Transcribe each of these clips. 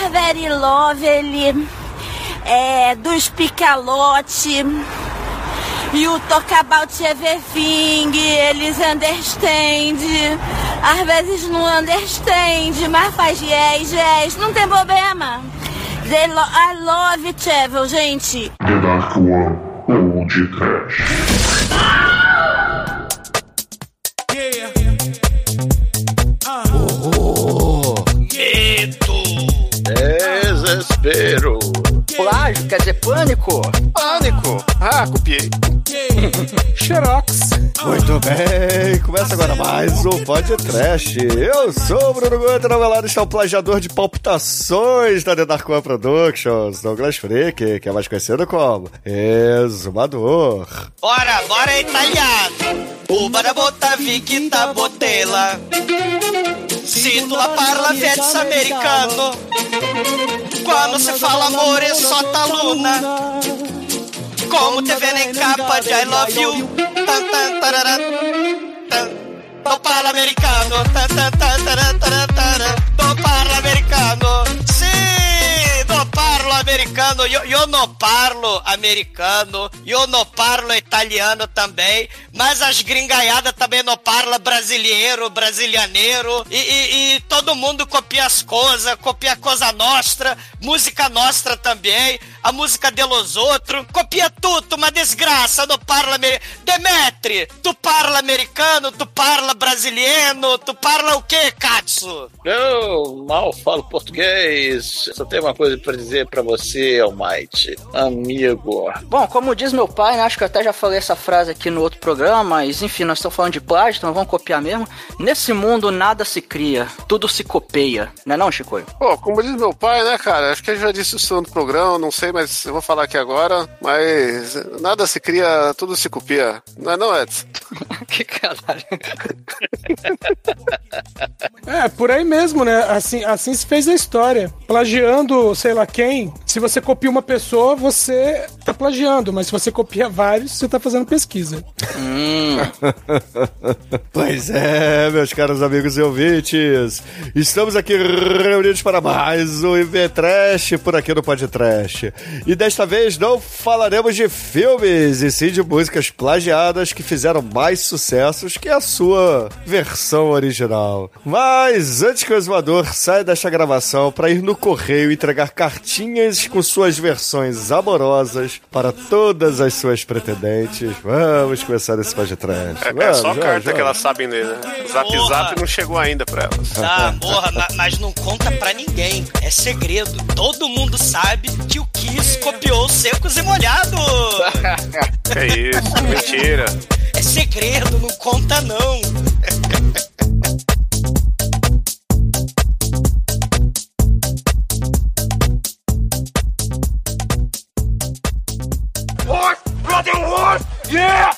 Very Lovely, dos Picalote, You Talk About Everything, eles understand. Às vezes não understand, mas faz yes, não tem problema. I love travel, gente. The Dark One ou de Trash. Medo. Desespero. Plágio, quer dizer pânico? Pânico. Copiei. Xerox. Muito bem, começa agora mais um Pod Trash. Eu sou o Bruno Guter, ao meu lado está o plagiador de palpitações da The Dark One Productions, Douglas Freak, que é mais conhecido como Exumador. Bora italiano. Uva da botta Vicky da botella. Se tu la parla viets americano. Quando se fala amore sotto a luna. Como te vê em capa de I love you. Tan, tan, tararam, tan. Do parla americano. Tan, tan, tan, taran, taran, taran. Do parla americano. Sì, do parlo americano. Eu não parlo americano. Eu não parlo italiano também. Mas as gringaiadas também não parlam brasilianeiro. E todo mundo copia as coisas. Copia coisa nostra. Música nostra também. A música de los outros. Copia tudo, uma desgraça. Não parla americano. Demetri, tu parla americano, tu parla brasiliano, tu parla o quê, Katsu? Eu mal falo português. Só tenho uma coisa pra dizer pra você, Almighty, amigo. Bom, como diz meu pai, né, acho que eu até já falei essa frase aqui no outro programa, mas enfim, nós estamos falando de plágio, então vamos copiar mesmo. Nesse mundo nada se cria, tudo se copeia, não é não, Chicoio? Pô, como diz meu pai, né, cara, acho que ele já disse isso no programa, não sei, mas eu vou falar aqui agora, mas nada se cria, tudo se copia, não é não, Edson? Que caralho. Por aí mesmo, né? Assim se fez a história. Plagiando, sei lá quem, se você copia uma pessoa, você tá plagiando, mas se você copia vários, você tá fazendo pesquisa. Pois é, meus caros amigos e ouvintes, estamos aqui reunidos para mais um IV Trash por aqui no Pod Trash. E desta vez não falaremos de filmes, e sim de músicas plagiadas que fizeram mais sucessos que a sua versão original. Mas antes que o Exumador saia desta gravação para ir no correio entregar cartinhas com suas versões amorosas para todas as suas pretendentes, vamos começar esse Pod Trash. É só carta que elas sabem ler, né? O Zap não chegou ainda pra elas. Mas não conta pra ninguém. É segredo. Todo mundo sabe que o Kiss copiou Secos e Molhados. Que isso, mentira. É segredo, não conta não. Horse! Bloody horse! Yeah!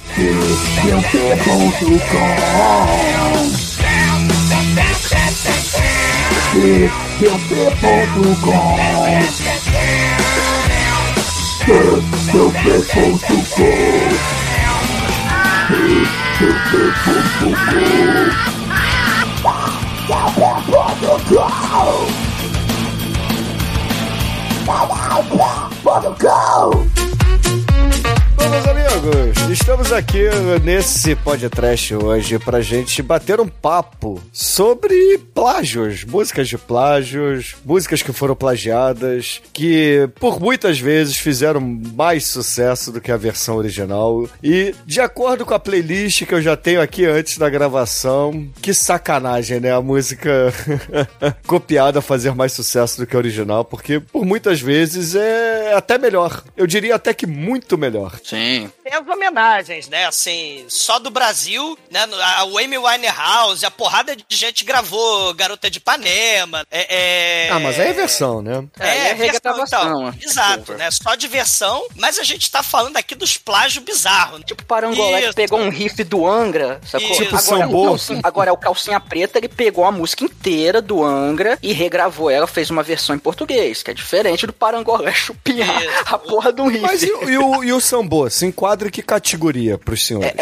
Bom, meus amigos, estamos aqui nesse Pod Trash hoje pra gente bater um papo sobre plágios, músicas de plágios, músicas que foram plagiadas, que por muitas vezes fizeram mais sucesso do que a versão original. E de acordo com a playlist que eu já tenho aqui antes da gravação, que sacanagem, né? A música copiada fazer mais sucesso do que a original, porque por muitas vezes é até melhor. Eu diria até que muito melhor. Sim. Tem as homenagens, né, assim, só do Brasil, né, a Amy Winehouse, a porrada de gente gravou Garota de Ipanema, mas aí é versão, né? É regravação. Então, exato, né, só de versão, mas a gente tá falando aqui dos plágios bizarros. Né? Tipo Parangolé que pegou um riff do Angra, sacou? Tipo Sambô. Agora é o Calcinha Preta, ele pegou a música inteira do Angra e regravou ela, fez uma versão em português, que é diferente do Parangolé chupinhar a porra de um riff. Mas e o Sambô? Se enquadra enquadra em que categoria pros senhores?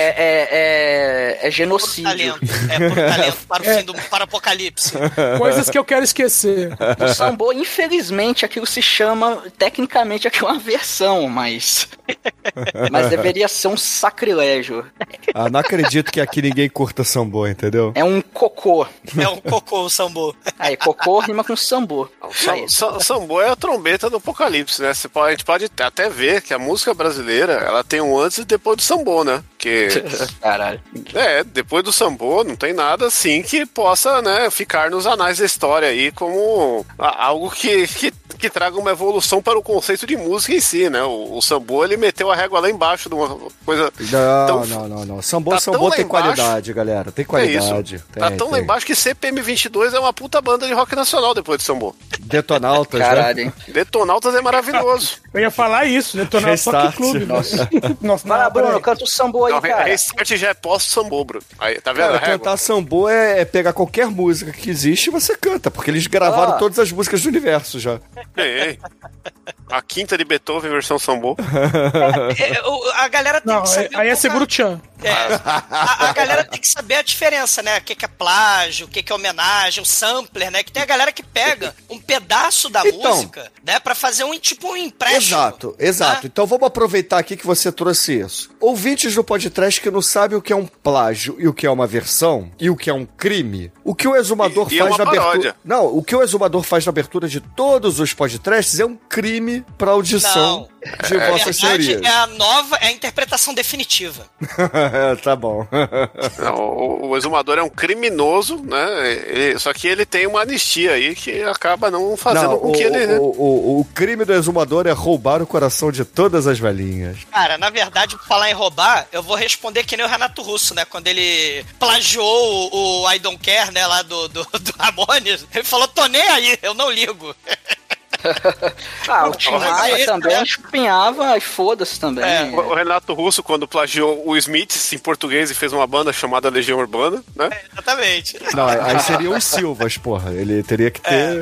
É genocídio. Por talento para o apocalipse. Coisas que eu quero esquecer. O sambô, infelizmente, aquilo se chama, tecnicamente, aqui uma versão, mas deveria ser um sacrilégio. Ah, não acredito que aqui ninguém curta sambô, entendeu? É um cocô. É um cocô, o sambô. Aí, cocô rima com sambô. Sambô é a trombeta do apocalipse, né? A gente pode até ver que a música brasileira, ela tem um antes e depois do sambô, né? Que... Caralho. Depois do sambô não tem nada assim que possa, né, ficar nos anais da história aí como algo que traga uma evolução para o conceito de música em si, né? O sambô, ele meteu a régua lá embaixo de uma coisa... Não. Sambô tem qualidade, galera. Tem qualidade. É isso. Tá tão lá embaixo que CPM22 é uma puta banda de rock nacional depois de sambô. Detonautas, caralho, né? hein? Detonautas é maravilhoso. Eu ia falar isso, Detonautas Rock Clube. Nossa. Vai lá, Bruno, canta o sambô aí, cara. Restart já é pós-sambô, Bruno. Aí, tá vendo? Cara, cantar sambô é pegar qualquer música que existe e você canta, porque eles gravaram todas as músicas do universo já. A quinta de Beethoven, versão sambô. A galera tem que saber. Aí é seguro tchan. A galera tem que saber a diferença, né? O que é plágio, o que é homenagem, o sampler, né? Que tem a galera que pega um pedaço da música, né? Pra fazer um empréstimo. Exato. Então vamos aproveitar aqui que você trouxe isso. Ouvintes do podcast que não sabem o que é um plágio e o que é uma versão e o que é um crime, o que o Exumador faz na abertura... Não, o que o Exumador faz na abertura de todos os podcasts é um crime pra audição de vossas senhorias. É a interpretação definitiva. Tá bom. O Exumador é um criminoso, né? Só que ele tem uma anistia aí que acaba não fazendo com que ele... O crime do Exumador é roubar o coração de todas as velhinhas. Cara, na verdade, por falar em roubar, eu vou responder que nem o Renato Russo, né? Quando ele plagiou o I Don't Care, né? Lá do Ramones, ele falou, tô nem aí, eu não ligo. O Tim Maia também chupinhava e foda-se também. O Renato Russo, quando plagiou o Smiths em português e fez uma banda chamada Legião Urbana, né? Exatamente. Não, aí seriam os Silvas, porra. Ele teria que ter...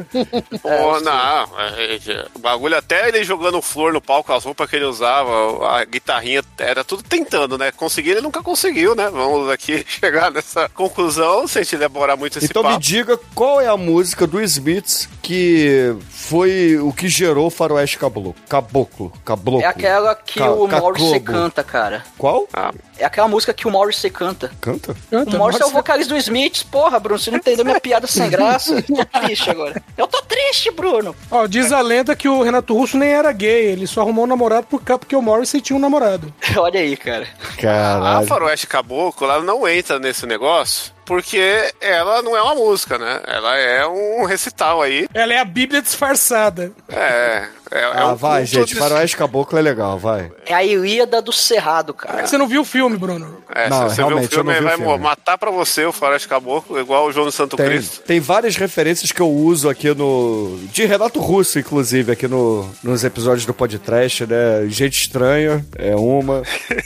O bagulho, até ele jogando flor no palco, as roupas que ele usava, a guitarrinha, era tudo tentando, né? Conseguir, ele nunca conseguiu, né? Vamos aqui chegar nessa conclusão, sem te elaborar muito esse papo. Então me diga qual é a música do Smiths que foi o que gerou o Faroeste Caboclo. É aquela que o Morrissey canta, cara. Qual? É aquela música que o Morrissey canta. Canta? O Morrissey é o vocalista do Smiths. Porra, Bruno, você não entendeu minha piada sem graça? Tô triste agora. Eu tô triste, Bruno. Diz a lenda que o Renato Russo nem era gay. Ele só arrumou um namorado porque o Morrissey tinha um namorado. Olha aí, cara. Caralho. A Faroeste Caboclo, ela não entra nesse negócio porque ela não é uma música, né? Ela é um recital aí. Ela é a Bíblia disfarçada. Vai, gente. Faroeste Caboclo é legal, vai. É a Ilíada do Cerrado, cara. Você não viu o filme, Bruno? Não, se você viu o filme, ele vai matar pra você o Faroeste Caboclo, igual o João do Santo Cristo. Tem várias referências que eu uso aqui de Renato Russo, inclusive, aqui nos episódios do podcast, né? Gente Estranha é uma.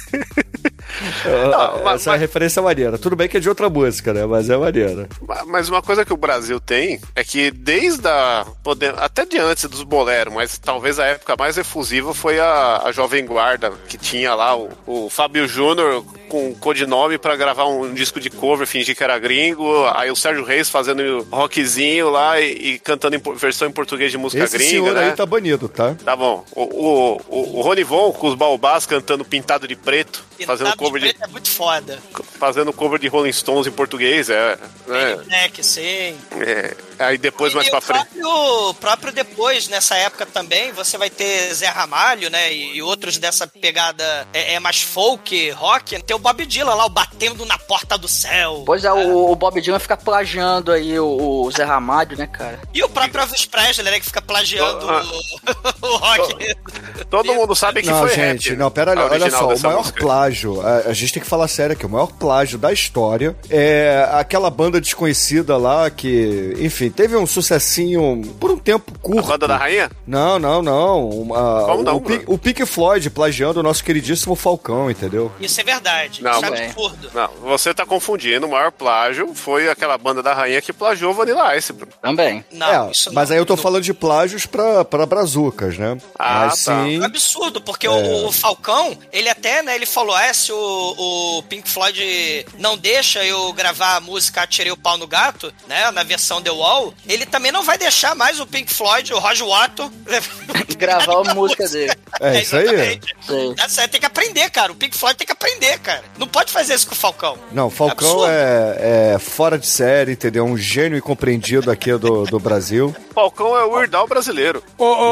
Essa referência é maneira. Tudo bem que é de outra música, né? Mas é maneira. Mas uma coisa que o Brasil tem é que desde até de antes dos boleros, mas talvez a época mais efusiva foi a Jovem Guarda, que tinha lá o Fábio Júnior com codinome pra gravar um disco de cover, fingir que era gringo, aí o Sérgio Reis fazendo rockzinho lá e cantando versão em português de música Esse gringa, senhor né? aí tá banido, tá? Tá bom. O Ronivon com os baobás cantando Pintado de Preto, fazendo cover de... É muito foda. Fazendo cover de Rolling Stones em português, né? Sim. Aí depois, mais pra frente... O próprio depois, nessa época também, você vai ter Zé Ramalho, né? E outros dessa pegada mais folk, rock. Tem o Bob Dylan lá, o Batendo na Porta do Céu. Pois é, o Bob Dylan fica plagiando aí o Zé Ramalho, né, cara? E o próprio Elvis Presley, né? Que fica plagiando o rock. Todo mundo sabe que foi gente, rap. Não, pera, olha só, o maior plágio, a gente tem que falar sério aqui, o maior plágio da história é aquela banda desconhecida lá que, enfim, teve um sucessinho por um tempo curto. A Banda da Rainha? Não. Como não, o Pink Floyd plagiando o nosso queridíssimo Falcão, entendeu? Isso é verdade. Não, isso é absurdo. Não, você tá confundindo. O maior plágio foi aquela Banda da Rainha que plagiou Vanilla Ice, Bruno. Também. Não, isso não. Mas aí eu tô falando de plágios pra brazucas, né? Ah, mas tá. sim. É absurdo, porque o Falcão, ele até, né, ele falou, se o Pink Floyd não deixa eu gravar a música Atirei o Pau no Gato, né, na versão The Wall, ele também não vai deixar mais o Pink Floyd, o Roger Watton, gravar a música dele. É isso aí. Sim. Essa aí tem que aprender, cara. O Pink Floyd tem que aprender, cara. Não pode fazer isso com o Falcão. Não, o Falcão é fora de série, entendeu? Um gênio incompreendido aqui do Brasil. Falcão é o Weird Al brasileiro.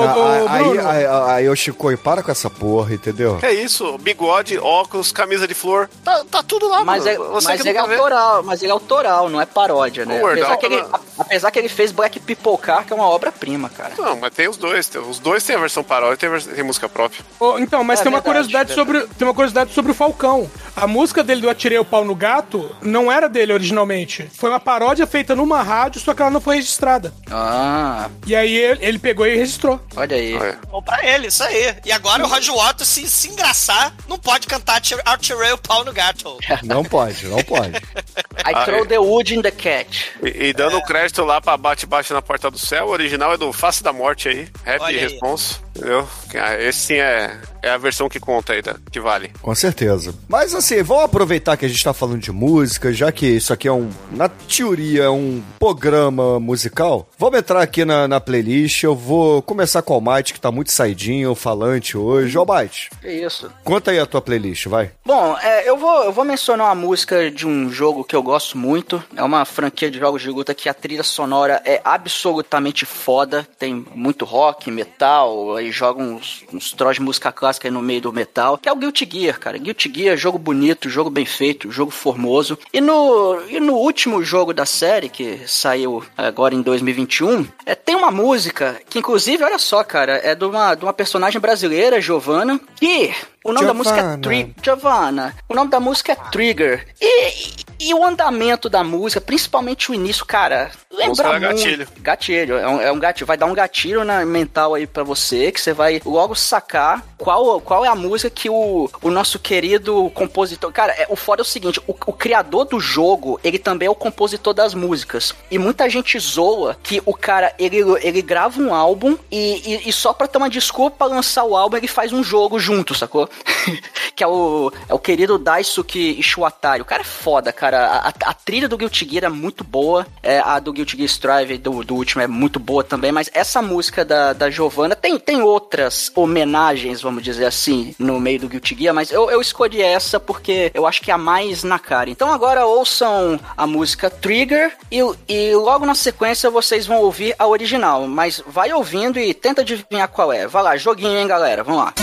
Aí, Chico, para com essa porra, entendeu? É isso, bigode, óculos, camisa de flor, tá tudo lá, Mas, mano. ele é autoral, não é paródia, né? Apesar que ele fez Black People Car, que é uma obra-prima, cara. Não, mas tem os dois. Os dois tem a versão paródia e tem música própria. Então, mas tem uma curiosidade sobre o Falcão. A música dele do Atirei o Pau no Gato não era dele originalmente. Foi uma paródia feita numa rádio, só que ela não foi registrada. Ah. E aí ele pegou e registrou. Olha aí. Bom pra ele, isso aí. E agora o Roger Watton, se engraçar, não pode cantar Atirei o Pau no Gato. Não pode. I throw the wood in the cat. E dando crédito lá pra Bate-Bate na Porta do Céu, o original é do Face da Morte aí. Rap e Response. Entendeu? Esse sim é a versão que conta aí, que vale. Com certeza. Mas assim, vamos aproveitar que a gente tá falando de música, já que isso aqui na teoria, é um programa musical. Vamos entrar aqui na playlist. Eu vou começar com o Almighty, que tá muito saidinho, falante hoje. Almighty. Que isso. Conta aí a tua playlist, vai. Bom, eu vou mencionar uma música de um jogo que eu gosto muito. É uma franquia de jogos de luta que a trilha sonora é absolutamente foda. Tem muito rock, metal, aí joga uns troços de música clássica aí no meio do metal, que é o Guilty Gear, cara. Guilty Gear, jogo bonito, jogo bem feito, jogo formoso. E no último jogo da série, que saiu agora em 2021, tem uma música que, inclusive, olha só, cara, é de uma personagem brasileira, Giovanna, que... O nome da música é Giovanna. O nome da música é Trigger. E o andamento da música, principalmente o início, cara, lembra muito... gatilho. Gatilho. É um gatilho. Vai dar um gatilho mental aí pra você, que você vai logo sacar qual é a música que o nosso querido compositor... Cara, o foda é o seguinte, o criador do jogo, ele também é o compositor das músicas. E muita gente zoa que o cara, ele grava um álbum e só pra ter uma desculpa pra lançar o álbum, ele faz um jogo junto, sacou? Que é o querido Daisuke Ishiwatari. O cara é foda, cara. A trilha do Guilty Gear é muito boa. A do Guilty Gear Strive do último é muito boa também. Mas essa música da Giovanna tem outras homenagens, vamos dizer assim, no meio do Guilty Gear. Mas eu escolhi essa porque eu acho que é a mais na cara. Então agora ouçam a música Trigger e logo na sequência vocês vão ouvir a original. Mas vai ouvindo e tenta adivinhar qual é. Vai lá, joguinho, hein, galera? Vamos lá.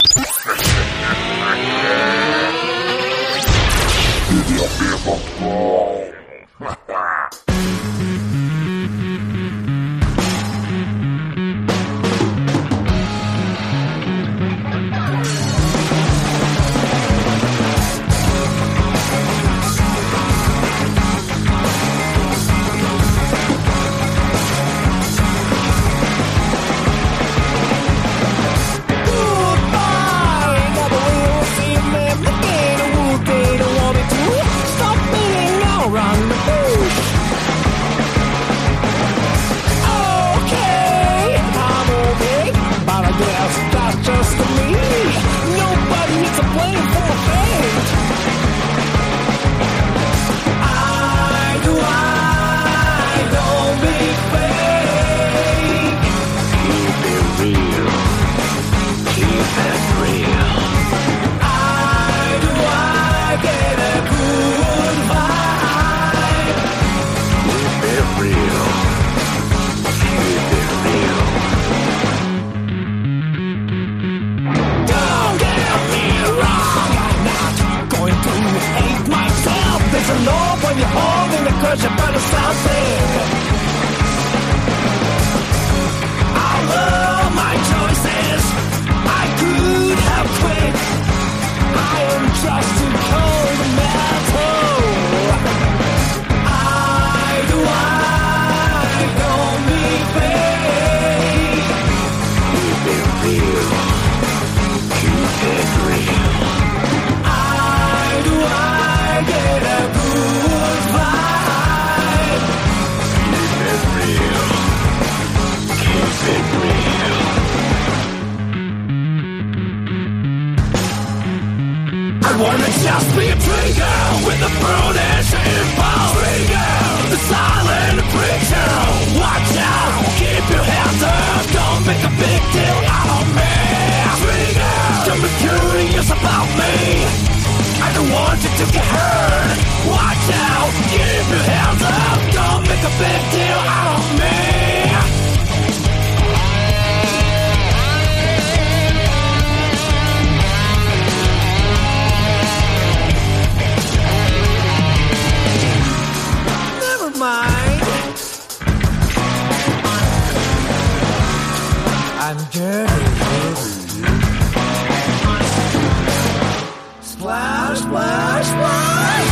Run the bush. wanna just be a free girl with a brutish impulse. Free girl, the silent preacher. Watch out, keep your hands up, don't make a big deal out of me. Free girl, don't be curious about me. I don't want you to get hurt. Watch out, keep your hands up, don't make a big deal out of me. I'm dirty. Splash, splash, splash.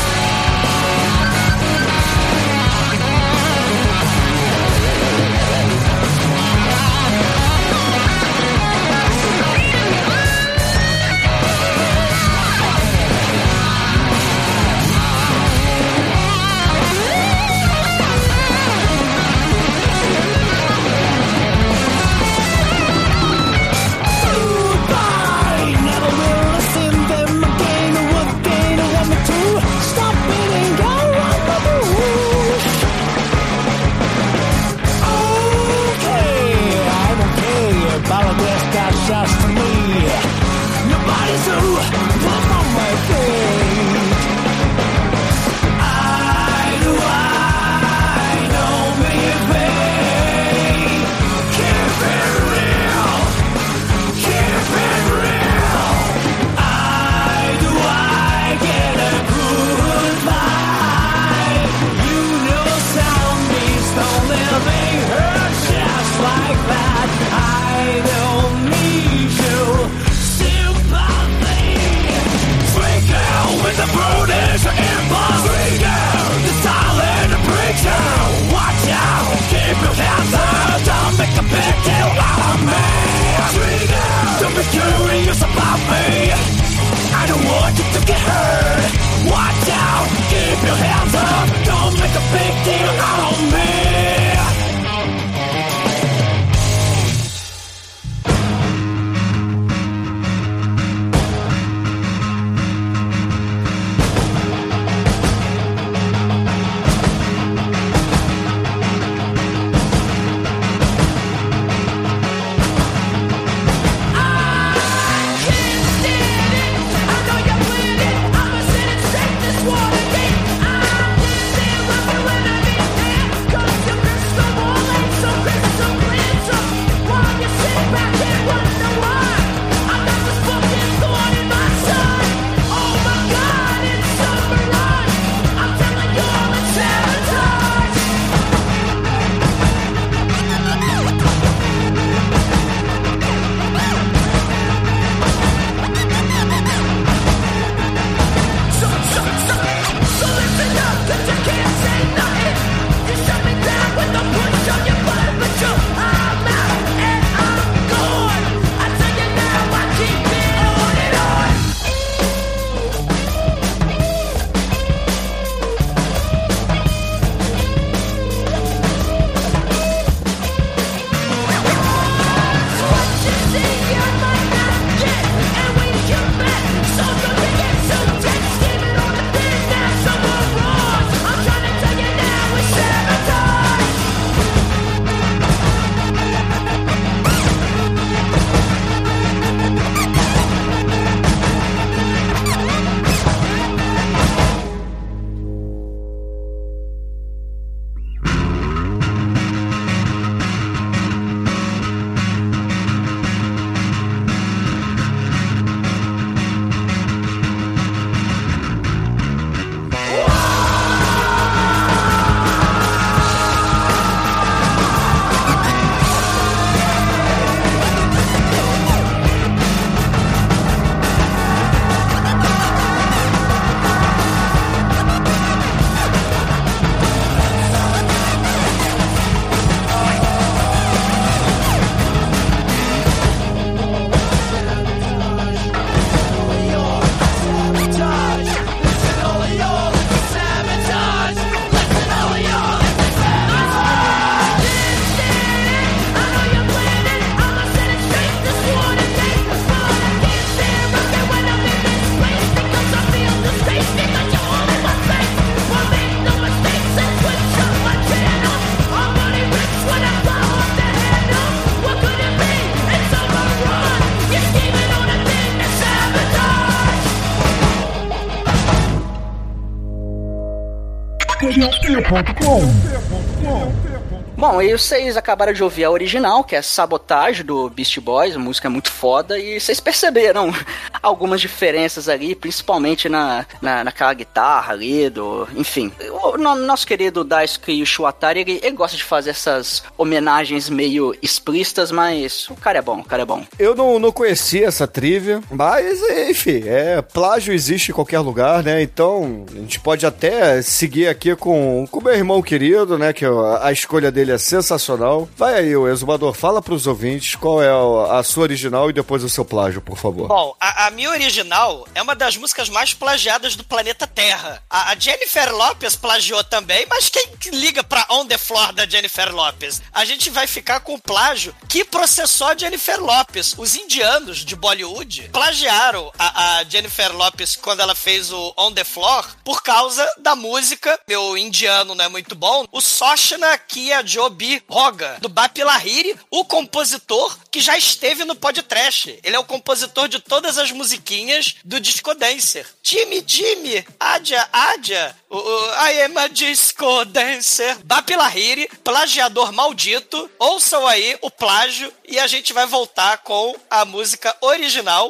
Bom, e vocês acabaram de ouvir a original, que é Sabotage, do Beastie Boys, a música é muito foda, e vocês perceberam algumas diferenças ali, principalmente naquela guitarra ali, enfim. O nosso querido Daisuke Yoshiwatari, ele gosta de fazer essas homenagens meio explícitas, mas o cara é bom. Eu não conhecia essa trivia, mas, enfim, plágio existe em qualquer lugar, né? Então, a gente pode até seguir aqui com o meu irmão querido, né? Que a escolha dele é sensacional. Vai aí, o Exumador, fala pros ouvintes qual é a sua original e depois o seu plágio, por favor. Bom, a minha original é uma das músicas mais plagiadas do planeta Terra. A Jennifer Lopez plagiou também, mas quem liga pra On The Floor da Jennifer Lopez? A gente vai ficar com o plágio que processou a Jennifer Lopez. Os indianos de Bollywood plagiaram a Jennifer Lopez quando ela fez o On The Floor por causa da música. Meu indiano não é muito bom. O Soshna Kia Jobi Roga, do Bappi Lahiri, o compositor que já esteve no Podtrash. Ele é o compositor de todas as musiquinhas do Disco Dancer. Jimmy, Adja, I am a Disco Dancer. Bappi Lahiri, plagiador maldito. Ouçam aí o plágio e a gente vai voltar com a música original.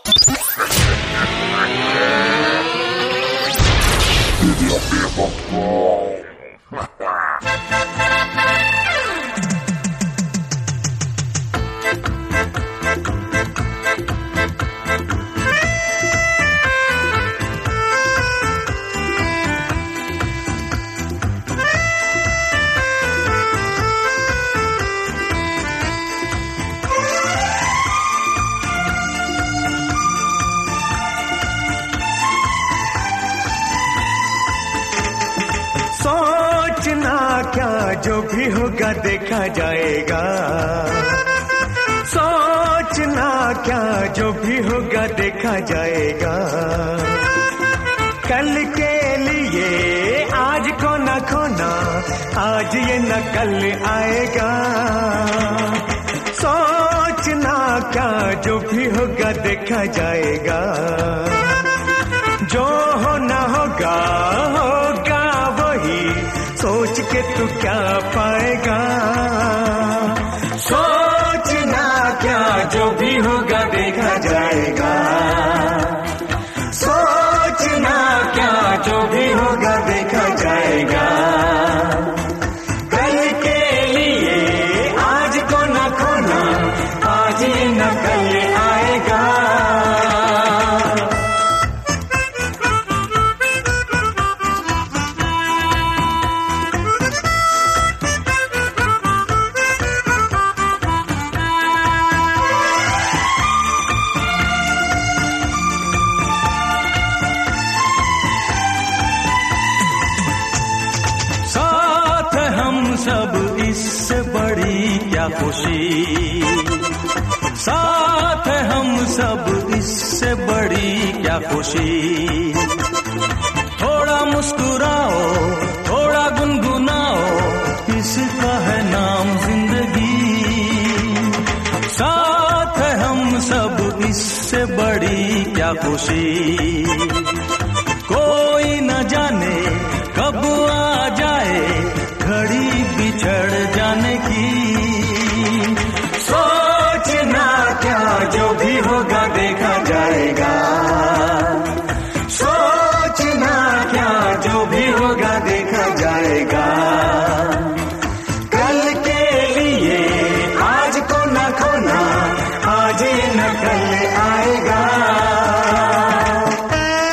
क्या जो भी होगा देखा जाएगा सोचना क्या जो भी होगा देखा जाएगा कल के लिए आज को न खोना आज ये न कल आएगा सोचना क्या जो भी होगा देखा जाएगा जो होना होगा सोच के तू क्या पाएगा सोचना क्या जो भी होगा देखा जाएगा सोचना क्या जो भी होगा देखा जाएगा कल के लिए आज को न खोना आज ही न कल आएगा खुशी साथ है हम सब इससे बड़ी क्या खुशी थोड़ा मुस्कुराओ थोड़ा गुनगुनाओ इसका है नाम जिंदगी साथ है हम सब इससे बड़ी क्या खुशी कोई न जाने कब आ जाए घड़ी बिछड़ जाने की सोचना क्या जो भी होगा देखा जाएगा सोचना क्या जो भी होगा देखा जाएगा कल के लिए आज को न खोना आज ही न कल आएगा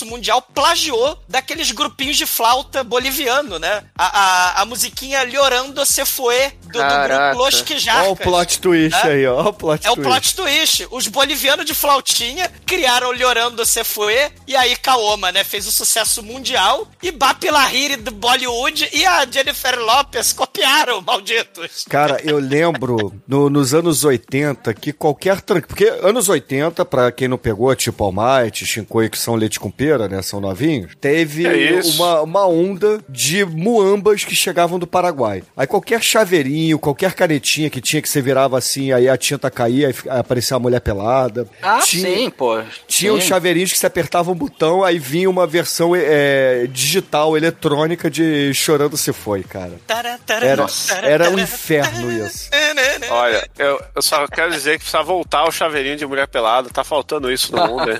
sucesso mundial, plagiou daqueles grupinhos de flauta boliviano, né? A musiquinha Llorando Se Fue do grupo Los Quijarcas. Olha o plot twist aí, ó. O plot twist. Os bolivianos de flautinha criaram Llorando Se Fue e aí Kaoma, né? Fez o sucesso mundial e Bapi Lahiri do Bollywood e a Jennifer Lopez copiaram, malditos. Cara, eu lembro nos anos 80 que qualquer... Porque anos 80, pra quem não pegou, tipo Almighty, Shinkoi, que são leite com pera, né? São novinhos. Teve uma onda de muambas que chegavam do Paraguai. Aí qualquer chaveirinho, qualquer canetinha que tinha que você virava assim, aí a tinta caía e aparecia a mulher pelada. Sim, pô. Tinha uns chaveirinhos que você apertava um botão, aí vinha uma versão digital, eletrônica de Chorando Se Foi, cara. Era um inferno isso. Olha, eu só quero dizer que precisa voltar o chaveirinho de mulher pelada. Tá faltando isso no mundo, né?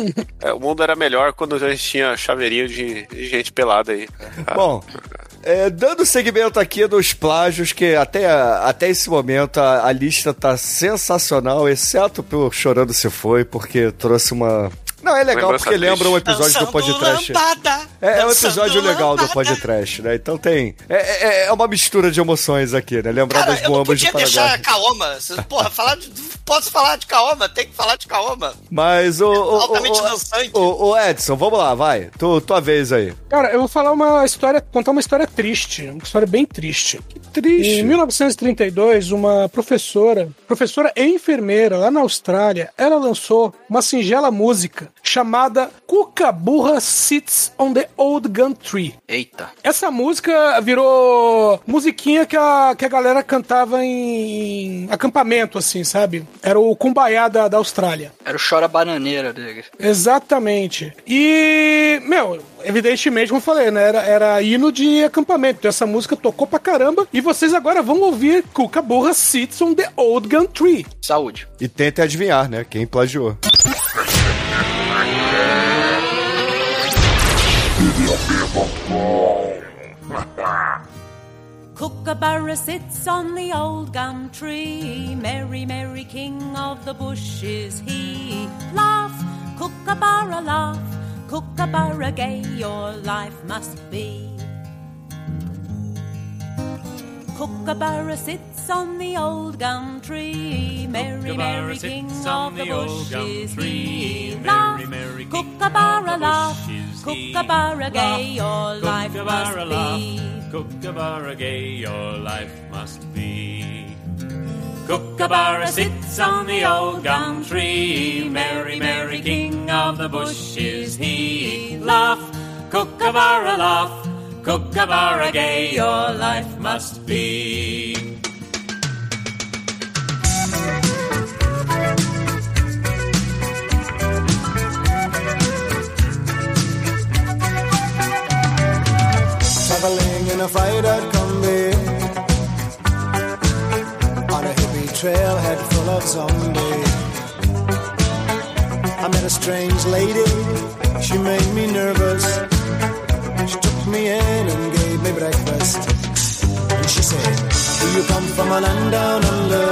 O mundo era melhor quando a gente tinha chaveirinho de gente pelada aí. Bom, dando segmento aqui nos plágios, que até esse momento a lista tá sensacional, exceto por Chorando Se Foi, porque trouxe uma... Não, é legal porque lembra um episódio do Podcast. É um episódio legal do Podcast, né? Então tem... É uma mistura de emoções aqui, né? Lembrar das bombas de Paraguai. Eu não podia deixar Kaoma. Porra, posso falar de Kaoma, tem que falar de Kaoma. Mas altamente dançante. Edson, vamos lá, vai. Tua vez aí. Cara, eu vou contar uma história triste. Uma história bem triste. Que triste. Em 1932, uma professora e enfermeira lá na Austrália, ela lançou uma singela música chamada Kookaburra Sits on the Old Gum Tree. Eita. Essa música virou musiquinha que a galera cantava em acampamento, assim, sabe? Era o Kumbaya da Austrália. Era o Chora Bananeira dele. Exatamente. E, evidentemente, como eu falei, né? Era hino de acampamento. Então essa música tocou pra caramba. E vocês agora vão ouvir Kookaburra Sits on the Old Gum Tree. Saúde. E tentem adivinhar, né? Quem plagiou. Kookaburra sits on the old gum tree, merry, merry king of the bushes he. Laugh, Kookaburra, laugh, Kookaburra gay your life must be. Kookaburra sits on the old gum tree, merry, merry king of the bushes he. Laugh, Kookaburra, laugh, Kookaburra gay your life must be. Kookaburra gay your life must be. Kookaburra sits on the old gum tree, merry, merry king of the bushes he. Laugh, Kookaburra, laugh, Kookaburra gay your life must be. Traveling in a freighter combi on a hippie trailhead full of zombies. I met a strange lady, she made me nervous. She took me in and gave me breakfast. And she said, do you come from a land down under?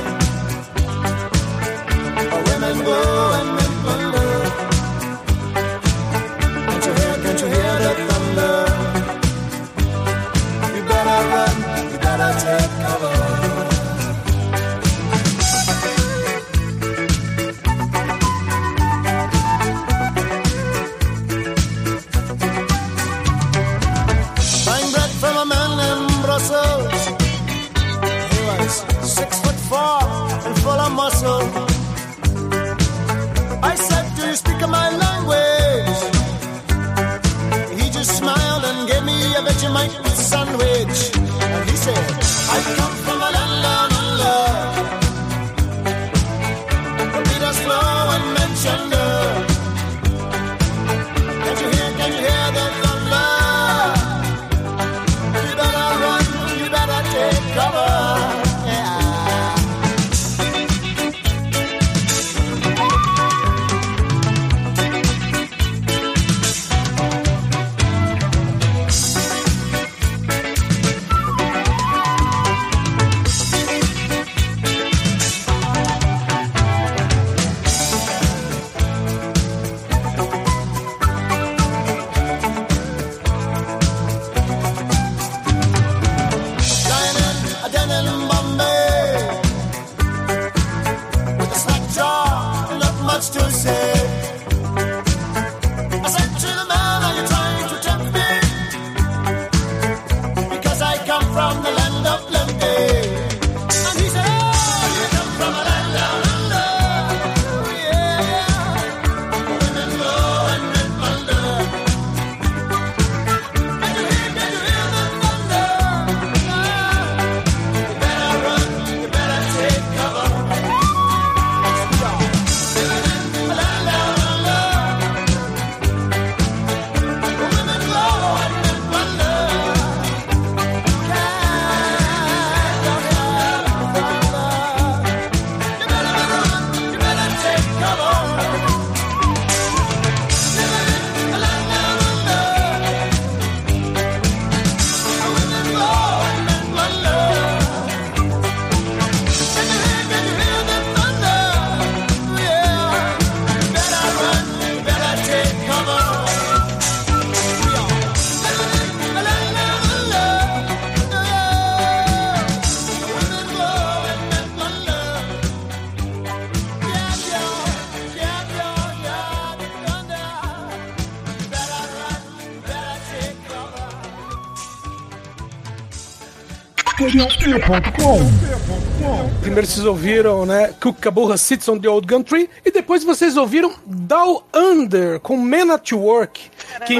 Where women go and men wonder. Can't you hear the thunder? You better take cover. Buying bread from a man in Brussels. He was 6 Primeiro vocês ouviram, né, Kookaburra Sits on the Old Country, e depois vocês ouviram Down Under com Men at Work, que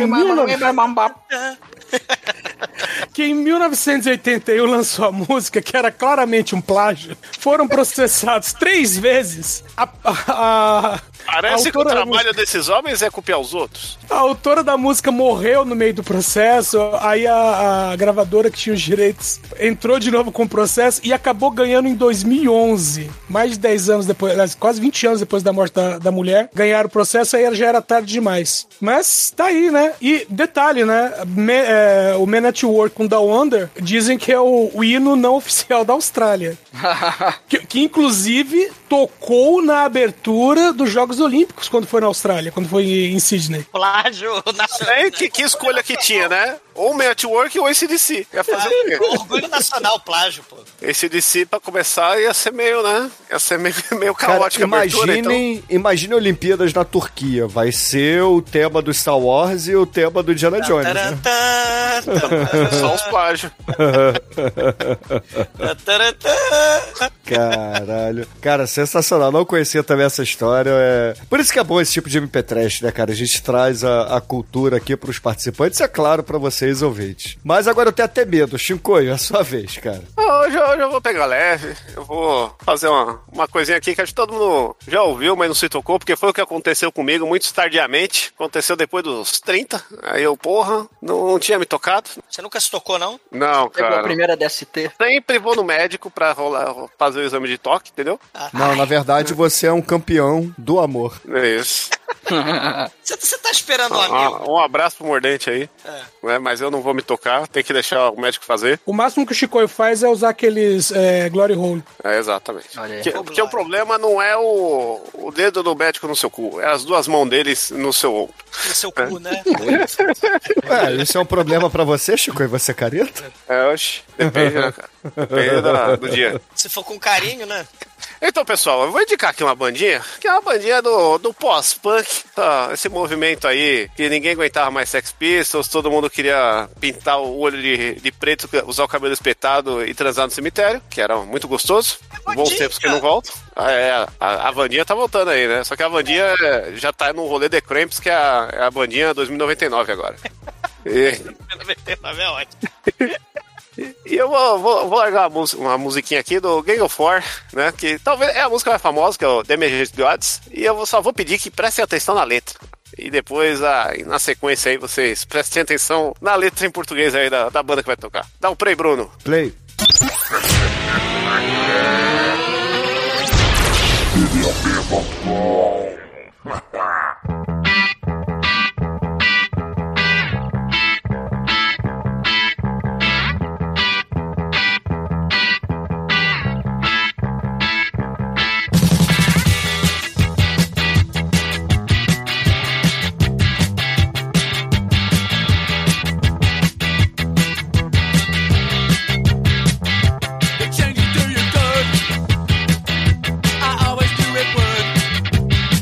em 1981 lançou a música, que era claramente um plágio. Foram processados 3 vezes. Parece que o trabalho desses homens é copiar os outros. A autora da música morreu no meio do processo, aí a gravadora que tinha os direitos entrou de novo com o processo e acabou ganhando em 2011. Mais de 10 anos depois, quase 20 anos depois da morte da mulher, ganharam o processo, aí já era tarde demais. Mas tá aí, né? E detalhe, né? O Men at Work com Down Under dizem que é o hino não oficial da Austrália. que inclusive tocou na abertura dos Jogos Olímpicos quando foi na Austrália, quando foi em Sydney. Plágio nacional. Que escolha que tinha, né? Ou o Man at Work ou o AC/DC. Ia fazer o quê? Orgulho nacional, plágio, pô. AC/DC, pra começar, ia ser meio, né? Ia ser meio caótica. Cara, a abertura, então. Imagine Olimpíadas na Turquia. Vai ser o tema do Star Wars e o tema do Indiana Jones. Né? Só os plágios. Caralho. Cara, sensacional. Não conhecia também essa história. Por isso que é bom esse tipo de MP3, né, cara? A gente traz a cultura aqui pros participantes, é claro, pra vocês ouvintes. Mas agora eu tenho até medo. Shinkoio, é a sua vez, cara. Hoje eu vou pegar leve. Eu vou fazer uma coisinha aqui que acho que todo mundo já ouviu, mas não se tocou, porque foi o que aconteceu comigo muito tardiamente. Aconteceu depois dos 30. Aí eu, não tinha me tocado. Você nunca se tocou, não? Não, cara. Pegou a primeira DST. Sempre vou no médico pra fazer o exame de toque, entendeu? Não, na verdade você é um campeão do amor. É isso. Você tá esperando um amigo? Um abraço pro Mordente aí. Mas eu não vou me tocar, tem que deixar o médico fazer. O máximo que o Chicoio faz é usar aqueles Glory Hole. Exatamente. Porque o problema não é o dedo do médico no seu cu, é as 2 mãos deles no seu ombro. No seu cu, né? Isso é um problema pra você, Chicoio? Você é careta? Oxe, depende, né, cara? Depende do dia. Se for com carinho, né? Então, pessoal, eu vou indicar aqui uma bandinha, que é uma bandinha do pós-punk, esse movimento aí, que ninguém aguentava mais Sex Pistols, todo mundo queria pintar o olho de preto, usar o cabelo espetado e transar no cemitério, que era muito gostoso, bons tempos que não voltam. A Vandinha tá voltando aí, né? Só que a Vandinha já tá no rolê The Cramps, que é a bandinha 2099 agora. 2099 é ótimo. E eu vou largar uma musiquinha aqui do Gang of Four, né? Que talvez é a música mais famosa, que é o Damaged Gods. E eu só vou pedir que prestem atenção na letra. E depois, na sequência aí, vocês prestem atenção na letra em português aí da banda que vai tocar. Dá um play, Bruno. Play. The changes do you good. I always do it good.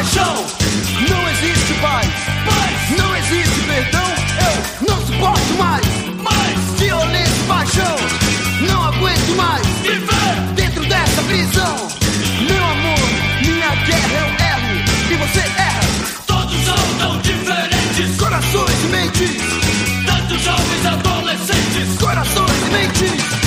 paixão. Não existe paz, não existe perdão. Eu não suporto mais violência e paixão. Não aguento mais viver dentro dessa prisão. Meu amor, minha guerra, eu erro e você erra. Todos são tão diferentes, Corações e mentes, tantos jovens adolescentes. corações e mentes.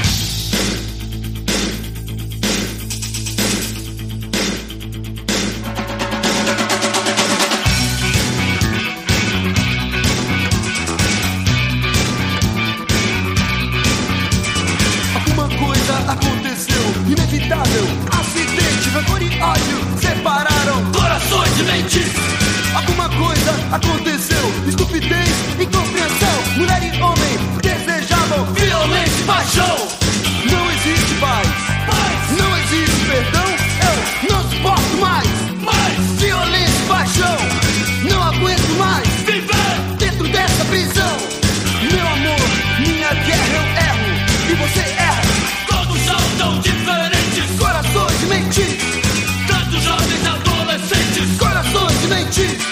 Aconteceu, inevitável, acidente, rancor e ódio separaram Corações e mentes. Alguma coisa aconteceu, estupidez, incompreensão. Mulher e homem desejavam violência e paixão. Não existe paz, não existe perdão. Eu não suporto mais violência e paixão. Não aguento mais viver dentro dessa prisão. Meu amor, minha guerra, eu erro e você erra. São tão diferentes, Corações e mentes, tantos jovens adolescentes. corações e mentes.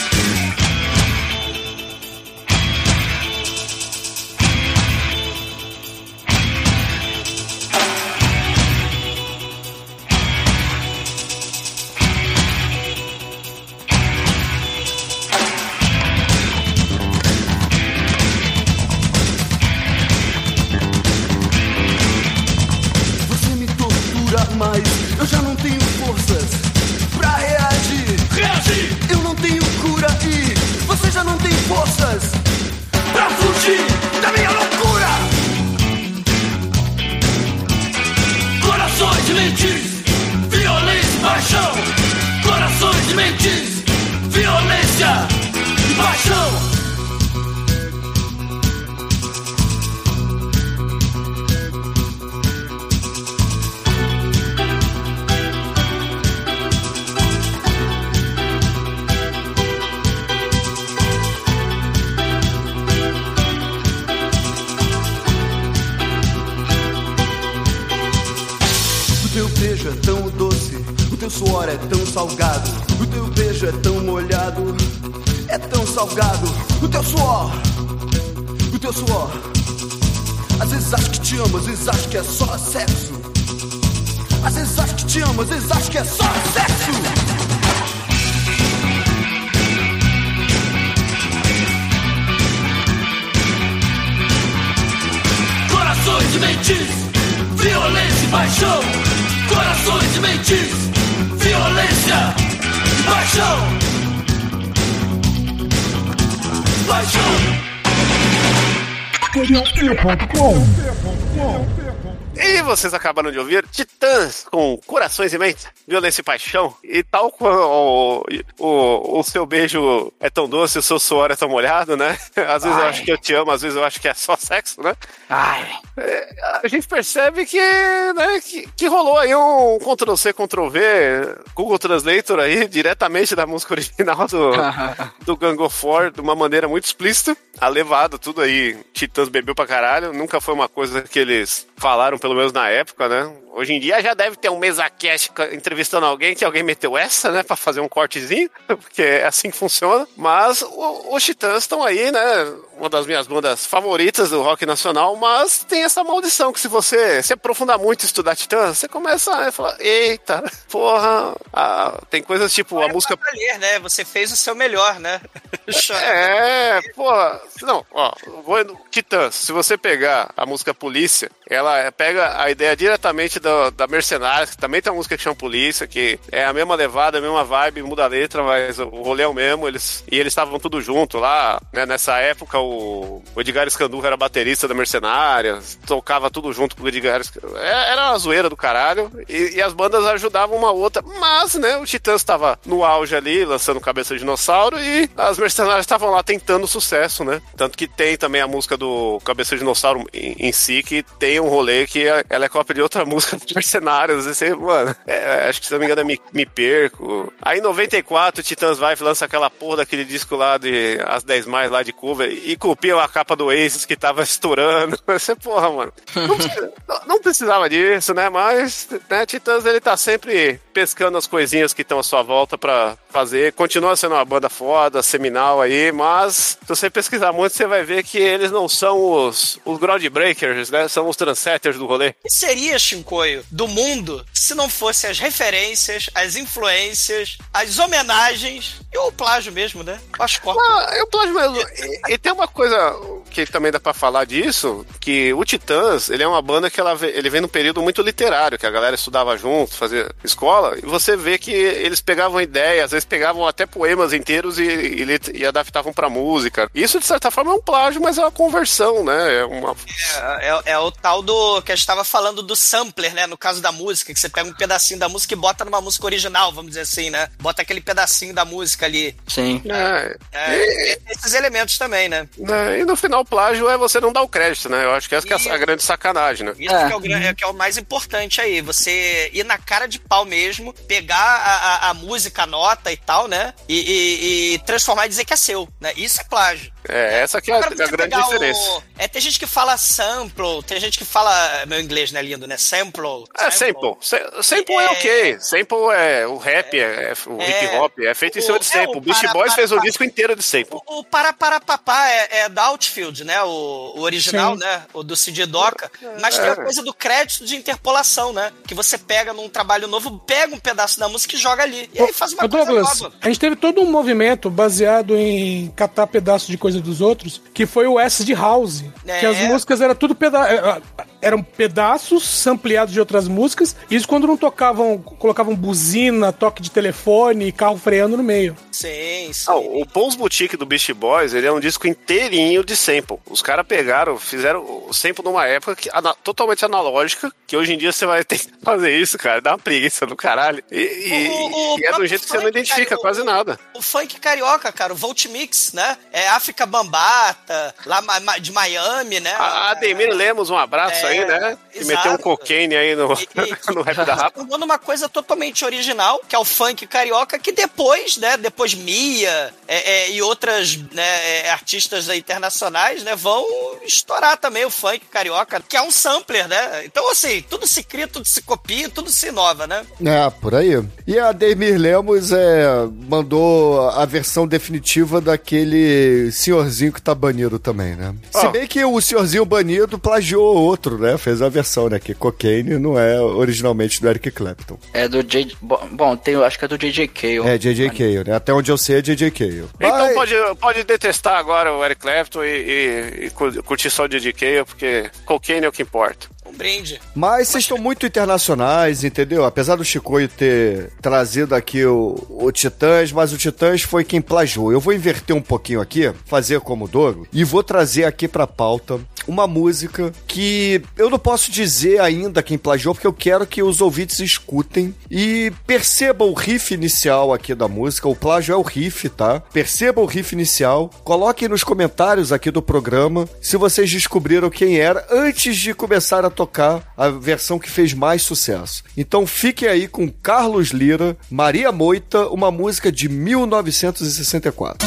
Mas eu já não tenho forças pra reagir. Eu não tenho cura e você já não tem forças pra fugir da minha loucura. Corações e mentes, violência e paixão. Corações e mentes, violência e paixão. O teu beijo é tão doce, o teu suor é tão salgado. O teu beijo é tão molhado, é tão salgado. O teu suor. Às vezes acho que te amo, às vezes acho que é só sexo. Às vezes acho que te amo, às vezes acho que é só sexo. Corações e mentes, violência e paixão. Corações e mentes, violência e paixão. Paixão. E vocês acabaram de ouvir Titãs com Corações e Mentes, Violência e Paixão. E tal qual o seu beijo é tão doce, o seu suor é tão molhado, né? Às vezes eu acho que eu te amo, às vezes eu acho que é só sexo, né? A gente percebe que, né, que rolou aí um Ctrl-C, Ctrl-V, Google Translator aí, diretamente da música original do Gang of Four, de uma maneira muito explícita. A levada, tudo aí, Titãs bebeu pra caralho. Nunca foi uma coisa que eles falaram, pelo menos na época, né? Hoje em dia já deve ter um MesaCast entrevistando alguém, que alguém meteu essa, né? Pra fazer um cortezinho, porque é assim que funciona. Mas os Titãs estão aí, né? Uma das minhas bandas favoritas do rock nacional, mas tem essa maldição que se você se aprofundar muito em estudar Titãs, você começa a falar, eita, porra, tem coisas tipo a música... Ler, né? Você fez o seu melhor, né? Porra, não, ó, Titãs, se você pegar a música Polícia, ela pega a ideia diretamente da Mercenários, que também tem uma música que chama Polícia, que é a mesma levada, a mesma vibe, muda a letra, mas o rolê é o mesmo, eles estavam tudo junto lá, né? Nessa época o Edgar Scandurra era baterista da Mercenárias, tocava tudo junto com o Edgar, era uma zoeira do caralho, e as bandas ajudavam uma outra, mas, né, o Titãs estava no auge ali, lançando Cabeça de Dinossauro, e as Mercenárias estavam lá tentando sucesso, né? Tanto que tem também a música do Cabeça de Dinossauro em si, que tem um rolê que ela é cópia de outra música Mercenários, assim, mano, acho que se não me engano é Me Perco. Aí em 94 o Titãs Live lança aquela porra daquele disco lá de As 10 Mais lá de cover e copiam a capa do Oasis que tava estourando. Você, porra, mano, não precisava disso, né? Mas, né, Titãs, ele tá sempre pescando as coisinhas que estão à sua volta pra fazer. Continua sendo uma banda foda, seminal aí, mas se você pesquisar muito, você vai ver que eles não são os groundbreakers, né? São os trendsetters do rolê. E seria, Chincoio, do mundo se não fosse as referências, as influências, as homenagens e o plágio mesmo, né? O plágio mesmo. E tem uma coisa que também dá pra falar disso, que o Titãs, ele é uma banda que ele vem num período muito literário, que a galera estudava junto, fazia escola, e você vê que eles pegavam ideias, às vezes pegavam até poemas inteiros e adaptavam pra música. Isso, de certa forma, é um plágio, mas é uma conversão, né? É o tal do que a gente estava falando do sampler, né? No caso da música, que você pega um pedacinho da música e bota numa música original, vamos dizer assim, né? Bota aquele pedacinho da música ali. Sim. Esses elementos também, né? E no final, o plágio é você não dar o crédito, né? Eu acho que essa que é a grande sacanagem, né? Isso que é o mais importante aí. Você ir na cara de pau mesmo, pegar a música, a nota e tal, né? E transformar e dizer que é seu, né? Isso é plágio. Essa que é a grande diferença. Tem gente que fala sample, tem gente que fala... Meu inglês, né, lindo, né? Sample. Sample é ok. Sample é o rap, o hip hop, é feito em cima de sample. O Beast Boys fez um disco inteiro de sample. O Papá é da Outfield, né? O original, né? O do CD Doca. Mas tem a coisa do crédito de interpolação, né? Que você pega num trabalho novo, pega um pedaço da música e joga ali. E aí faz uma coisa nova. A gente teve todo um movimento baseado em catar pedaços de coisa dos outros, que foi o acid house, que as músicas eram tudo eram pedaços sampleados de outras músicas, e isso quando não tocavam, colocavam buzina, toque de telefone e carro freando no meio. Sim. O Paul's Boutique do Beast Boys, ele é um disco inteirinho de sample. Os caras fizeram o sample numa época totalmente analógica, que hoje em dia você vai ter que fazer isso, cara, dá uma preguiça do caralho. E é do jeito que você não identifica quase nada. O funk carioca, cara, o Volt Mix, né? É África Bambata, lá de Miami, né? A Ademir Lemos, um abraço aí, né? Que meteu um cocaine aí no rap da rapa. Mandando uma coisa totalmente original, que é o funk carioca, que depois, né? Depois Mia e outras, né, artistas internacionais, né? Vão estourar também o funk carioca, que é um sampler, né? Então, assim, tudo se cria, tudo se copia, tudo se inova, né? Por aí. E a Ademir Lemos mandou a versão definitiva daquele senhorzinho que tá banido também, né? Se bem que o senhorzinho banido plagiou outro, né? Fez a versão, né? Que Cocaine não é originalmente do Eric Clapton. É do acho que é do J.J. Cale. É, J.J. Cale, né? Até onde eu sei é J.J. Cale. Então pode detestar agora o Eric Clapton e curtir só o J.J. Cale, porque Cocaine é o que importa. Um brinde. Mas vocês estão muito internacionais, entendeu? Apesar do Chicoio ter trazido aqui o Titãs, mas o Titãs foi quem plagiou. Eu vou inverter um pouquinho aqui, fazer como o Douglas, e vou trazer aqui pra pauta uma música que eu não posso dizer ainda quem plagiou, porque eu quero que os ouvintes escutem e percebam o riff inicial aqui da música. O plágio é o riff, tá? Percebam o riff inicial. Coloquem nos comentários aqui do programa se vocês descobriram quem era antes de começar a tocar a versão que fez mais sucesso. Então fiquem aí com Carlos Lira, Maria Moita, uma música de 1964.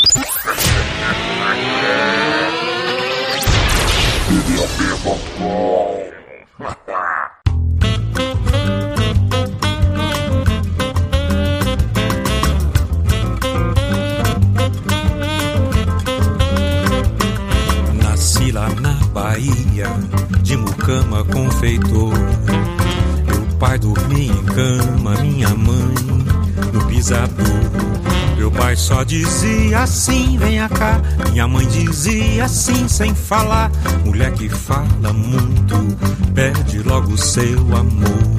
Nasci lá na Bahia, de mucama confeitor. Meu pai dormia em cama, minha mãe no pisador. Meu pai só dizia assim, venha cá. Minha mãe dizia assim, sem falar. Mulher que fala muito, perde logo seu amor.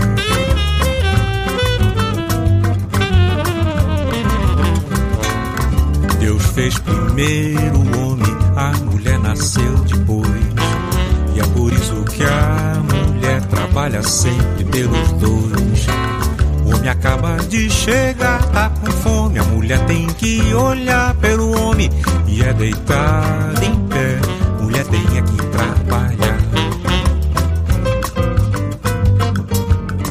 Deus fez primeiro o homem, a mulher nasceu depois. E é por isso que a mulher trabalha sempre pelos dois. O homem acaba de chegar, tá com fome. A mulher tem que olhar pelo homem. E é deitada em pé, mulher tem que trabalhar.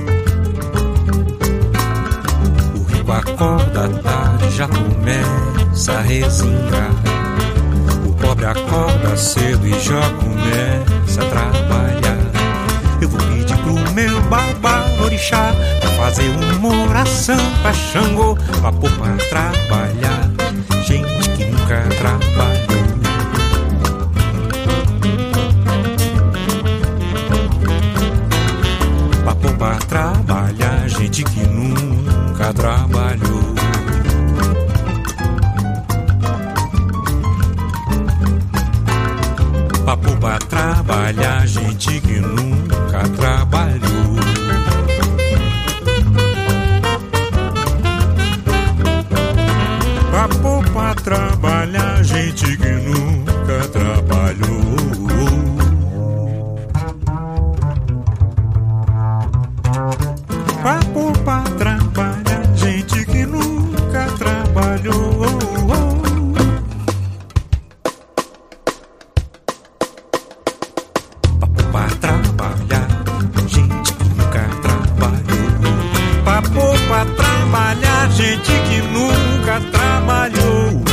começa a resingar. O pobre acorda cedo e já começa a trabalhar. Eu vou pedir pro meu babá orixá pra fazer uma oração pra Xangô, pra pôr pra trabalhar gente que nunca trabalhou. Pra pôr pra trabalhar gente que nunca trabalhou. Pra pôr pra trabalhar gente que nunca trabalhou. Pra pôr pra trabalhar gente que nunca trabalhou. Pra pôr pra trabalhar gente que nunca trabalhou. Pra trabalhar gente que nunca trabalhou. Pra pôr pra trabalhar gente que nunca trabalhou.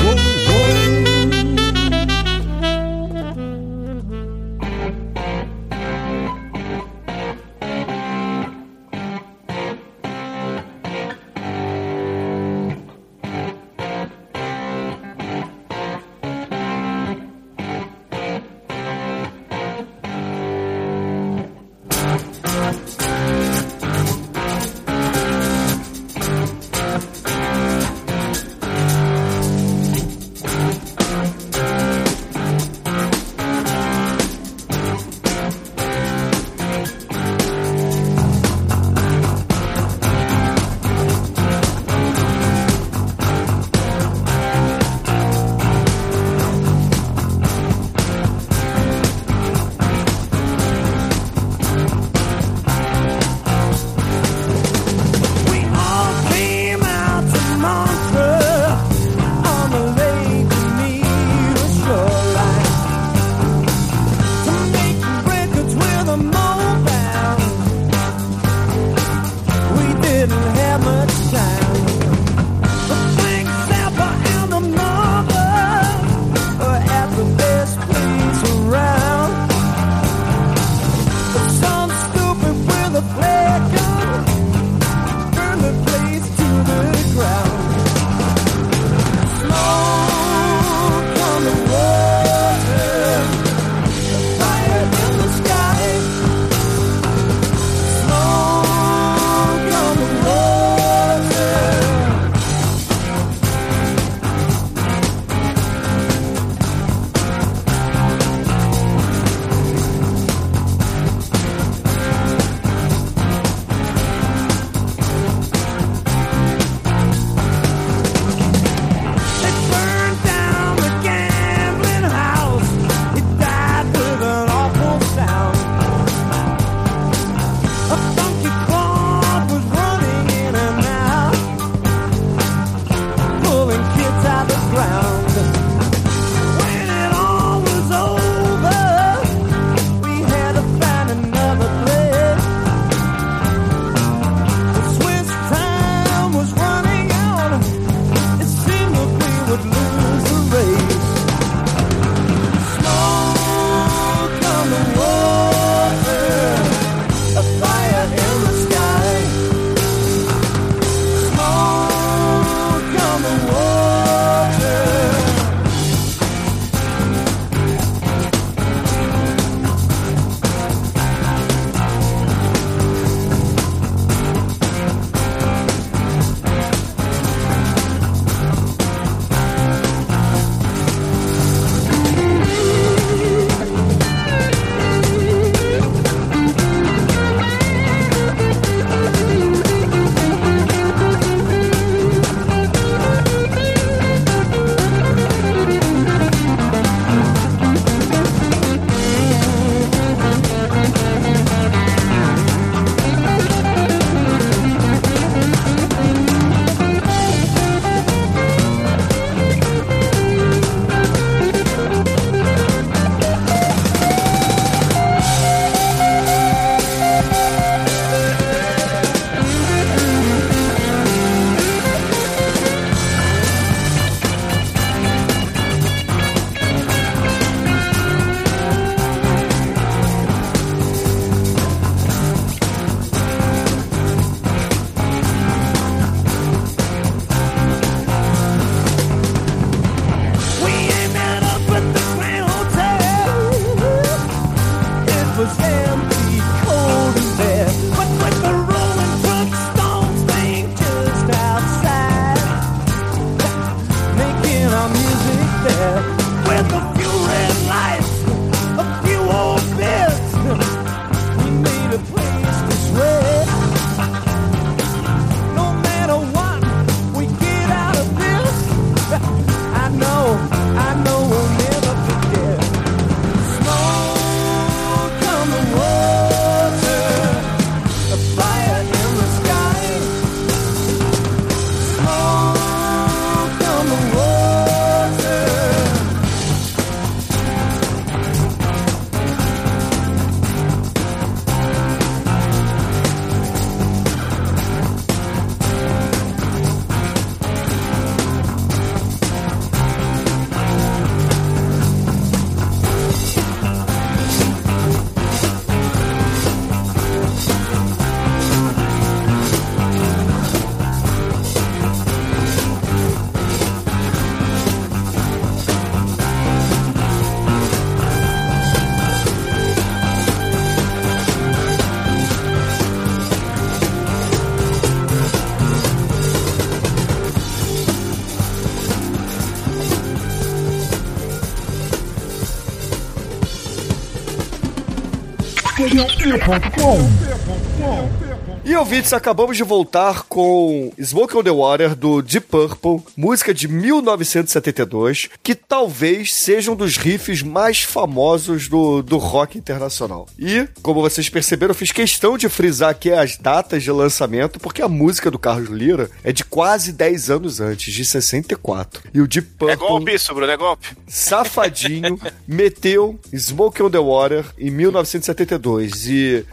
E ouvintes, acabamos de voltar com Smoke on the Water, do Deep Purple, música de 1972, que talvez seja um dos riffs mais famosos do rock internacional. E, como vocês perceberam, eu fiz questão de frisar aqui as datas de lançamento, porque a música do Carlos Lyra é de quase 10 anos antes, de 64. E o Deep Purple... É golpe isso, Bruno, é golpe. Safadinho, meteu Smoke on the Water em 1972. E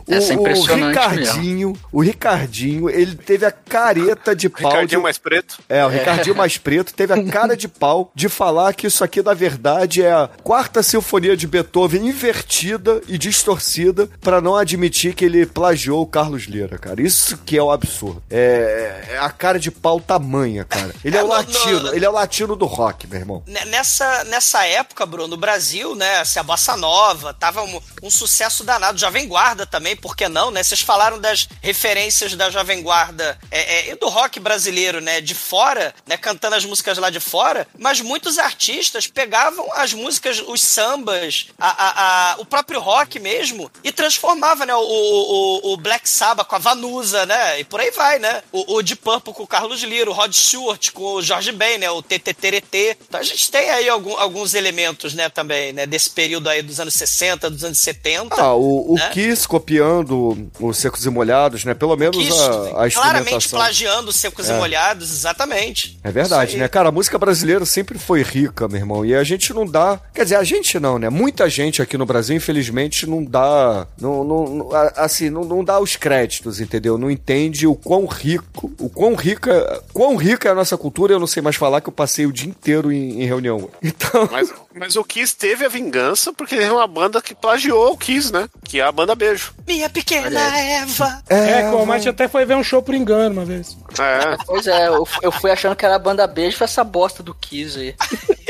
o Ricardinho, ele teve a careta de pau... Ricardinho mais preto. O Ricardinho mais preto teve a cara de pau de falar que isso aqui, na verdade, é a quarta sinfonia de Beethoven invertida e distorcida pra não admitir que ele plagiou o Carlos Lyra, cara. Isso que é o absurdo. É a cara de pau tamanha, cara. Ele é o latino, ele é o latino do rock, meu irmão. Nessa época, Bruno, no Brasil, né, a Bossa Nova tava um sucesso danado. Jovem Guarda também, por que não, né? Vocês falaram das referências da Jovem Guarda e do rock brasileiro, né, de fora, né, cantando as músicas lá de fora, mas muitos artistas pegavam as músicas, os sambas, o próprio rock mesmo, e transformava, né, o Black Sabbath com a Vanusa, né, e por aí vai, né, o Deep Purple com o Carlos Lyra, o Rod Stewart com o Jorge Ben, né, o TTTRT. Então a gente tem aí alguns elementos, né, também, né, desse período aí dos anos 60, dos anos 70. O né? Kiss copiando os Secos e Molhados, né, pelo menos a instrumentação. Claramente plagiando os Secos e Molhados, exatamente. É verdade, né, cara, a música brasileira sempre foi rica, meu irmão, e a gente não dá, quer dizer, a gente não, né, muita gente aqui no Brasil, infelizmente, não dá, não dá os créditos, entendeu, não entende o quão rica é a nossa cultura. Eu não sei mais falar, que eu passei o dia inteiro em reunião. Então... Mas o Kiss teve a vingança porque é uma banda que plagiou o Kiss, né? Que é a banda Beijo. Minha pequena Eva. O Mate até foi ver um show por engano uma vez. Pois é, eu fui achando que era a banda Beijo, foi essa bosta do Kiss aí.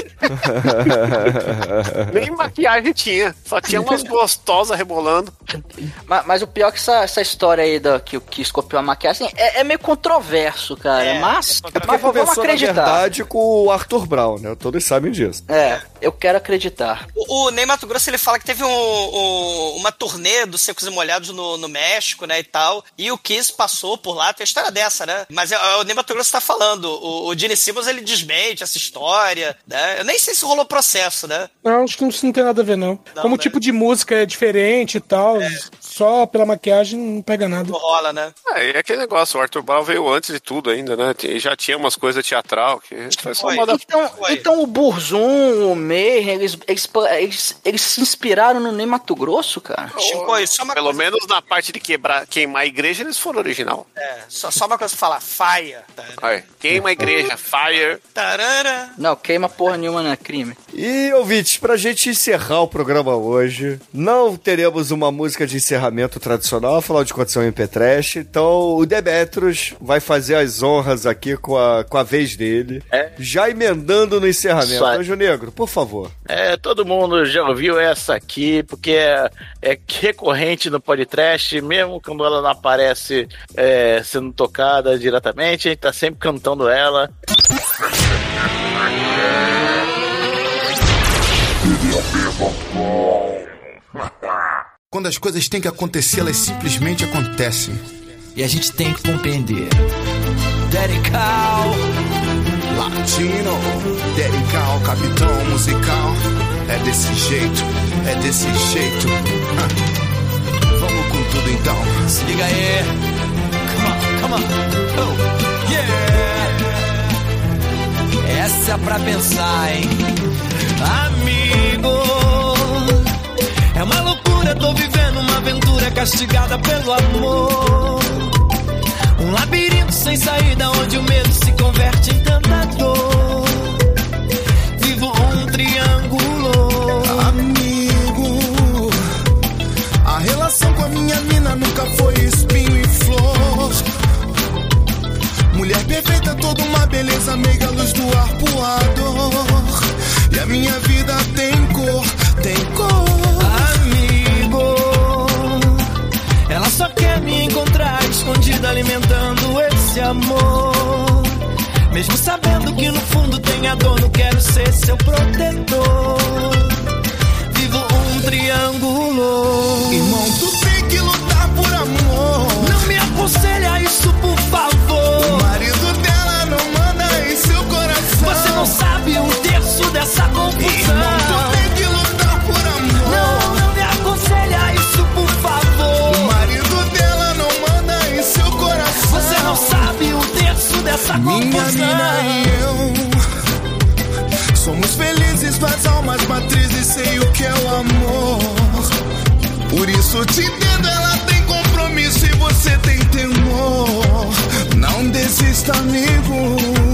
Nem maquiagem tinha, só tinha umas gostosas rebolando. Mas o pior é que essa história aí que o Kiss copiou a maquiagem é meio controverso, cara. Mas vamos acreditar. Na verdade, com o Arthur Brown, né? Todos sabem disso. Eu quero acreditar. O Ney Matogrosso, ele fala que teve uma turnê dos Secos e Molhados no México, né, e tal, e o Kiss passou por lá, tem a história dessa, né? Mas o Ney Matogrosso tá falando, o Gene Simmons, ele desmente essa história, né? Eu nem sei se rolou processo, né? Não, acho que isso não tem nada a ver, não. Como o tipo de música é diferente e tal, só pela maquiagem não pega nada. Não rola, né? É aquele negócio, o Arthur Brown veio antes de tudo ainda, né? Já tinha umas coisas teatral que foi só uma Então o Burzum, o Mayhem, eles se inspiraram no Ney Matogrosso, cara? Pelo menos na parte de queimar a igreja, eles foram original. Só uma coisa pra falar, fire. Queima a igreja, fire. Tarara. Não, queima porra nenhuma, não é crime. E, ouvintes, pra gente encerrar o programa hoje, não teremos uma música de encerramento tradicional, afinal de contas é um MP3, então o Demetrius vai fazer as honras aqui com a vez dele, já emendando no encerramento. Anjo Negro, por favor. Todo mundo já ouviu essa aqui, porque é recorrente no podcast, mesmo quando ela não aparece sendo tocada diretamente, a gente tá sempre cantando ela. Quando as coisas têm que acontecer, elas simplesmente acontecem. E a gente tem que compreender. Daddy Cow, Latino, Daddy Cow, capitão musical. É desse jeito. Vamos com tudo então. Se liga aí. Come on. Oh, yeah. Essa é pra pensar, hein? Amigo, é uma loucura, tô vivendo uma aventura castigada pelo amor. Um labirinto sem saída onde o medo se converte em tanta dor. Vivo um triângulo. Amigo, a relação com a minha mina nunca foi espinho e flor. Mulher perfeita, toda uma beleza, meiga luz do arpoador. E a minha vida tem cor. Amigo, ela só quer me encontrar escondida, alimentando esse amor. Mesmo sabendo que no fundo tem a dor, não quero ser seu protetor. Vivo um triângulo. Irmão, tu tem que lutar Somos duas almas matrizes, sei o que é o amor. Por isso te entendo, ela tem compromisso e você tem temor. Não desista, amigo.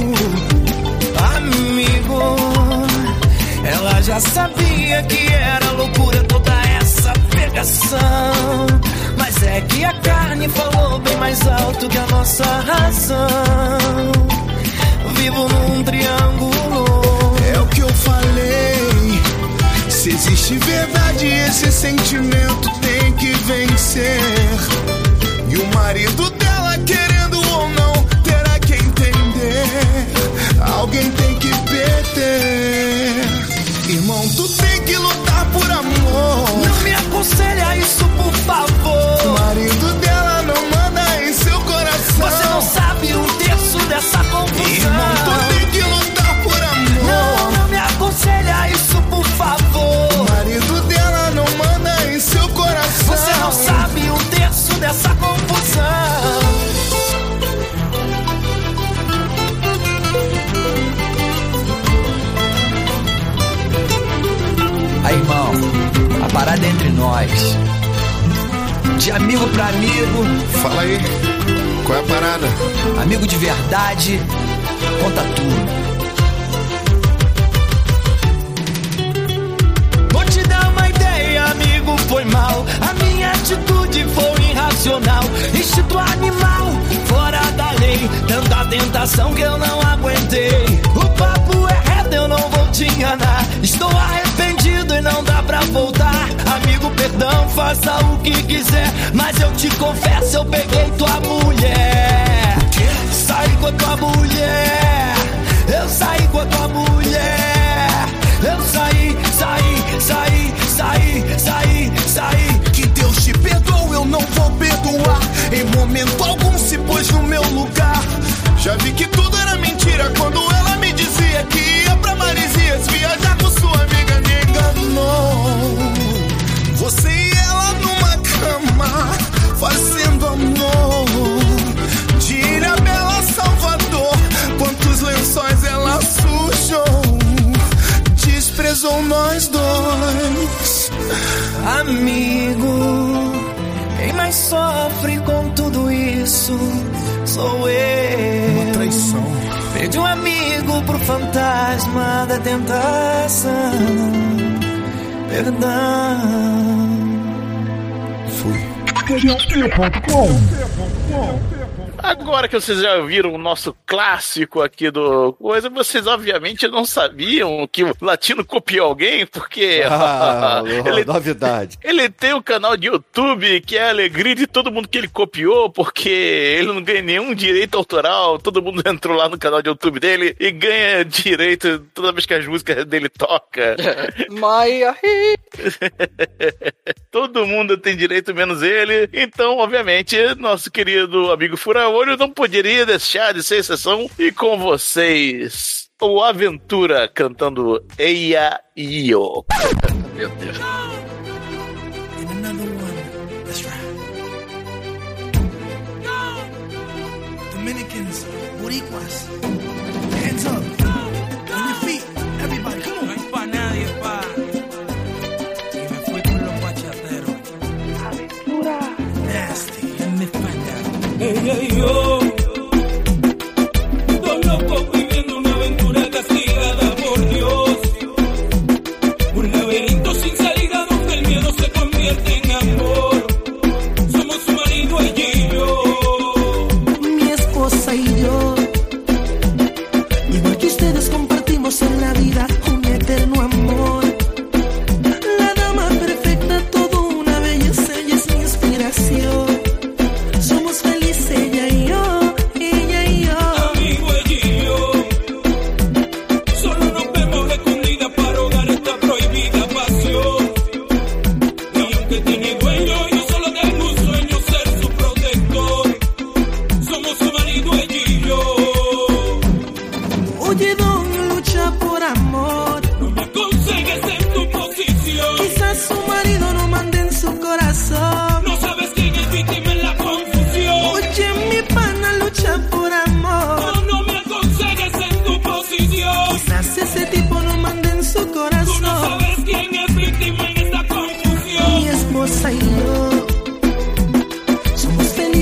Amigo, ela já sabia que era loucura toda essa pegação. Mas é que a carne falou bem mais alto que a nossa razão. Vivo num triângulo. É o que eu falei. Se existe verdade, esse sentimento tem que vencer. E o marido dela, querendo ou não, terá que entender. Alguém tem que perder. Irmão, tu tem que lutar por amor. Não me aconselha isso, por favor. O marido dela não manda em seu coração. Você não sabe um terço dessa confusão. Irmão, tu tem que lutar por amor. Não me aconselha isso, por favor. O marido dela não manda em seu coração. Você não sabe um terço dessa confusão. Aí, irmão, a parada é entre nós. De amigo pra amigo. Fala aí, qual é a parada? Amigo de verdade, conta tudo. Vou te dar uma ideia, amigo, foi mal. A minha atitude foi irracional. Instinto animal, fora da lei. Tanta tentação que eu não aguentei. O papo é reto, eu não vou te enganar. Estou arrependido e não dá pra voltar. Amigo, perdão, faça o que quiser. Mas eu te confesso, eu peguei tua mulher. Saí com a tua mulher. Eu saí com a tua mulher. Eu saí. Que Deus te perdoe, eu não vou perdoar. Em momento algum se pôs no meu lugar. Já vi que tudo era mentira quando ela me dizia que ia pra Maresias viajar com sua amiga. Me enganou. Você e ela numa cama, fazendo amor. De Ilhabela, Salvador, quantos lençóis ela sujou. Desprezou nós dois. Amigo, quem mais sofre com tudo isso sou eu. Uma traição. Perdi um amigo pro fantasma da tentação. Perdão. Fui. Agora que vocês já viram o nosso clássico aqui do coisa, vocês obviamente não sabiam que o Latino copiou alguém, porque novidade. Ele tem um canal de YouTube que é a alegria de todo mundo que ele copiou, porque ele não ganha nenhum direito autoral. Todo mundo entrou lá no canal de YouTube dele e ganha direito toda vez que as músicas dele toca. Maia. Todo mundo tem direito, menos ele. Então, obviamente, nosso querido amigo Fura-Olho não poderia deixar de ser exceção. E com vocês, o Aventura cantando Eia Io. Meu Deus. And another one. That's right. Dominicans, Boricuas, hands up. On your feet, everybody, come on. No es pa' nadie, pa. Y me fui con los bachateros. Aventura. Nasty. En mi España. Ella y yo, dos locos viviendo una aventura castigada por Dios. Un laberinto sin salida donde el miedo se convierte en amor. Somos su marido, ella y yo. Mi esposa y yo, igual que ustedes compartimos en la vida un eterno amor. La dama perfecta, todo una belleza, ella es mi inspiración. Somos felices ella y yo.